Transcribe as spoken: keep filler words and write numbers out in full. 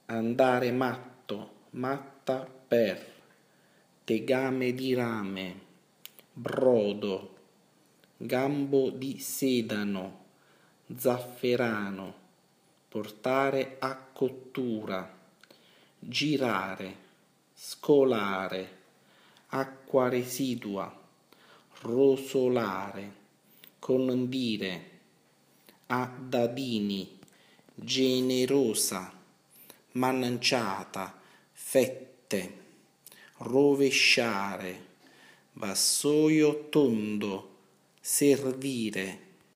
andare matto, matta per, tegame di rame, brodo, gambo di sedano, zafferano, portare a cottura, girare, scolare, acqua residua, rosolare, condire, a dadini, generosa, manciata, fette, rovesciare, vassoio tondo, servire,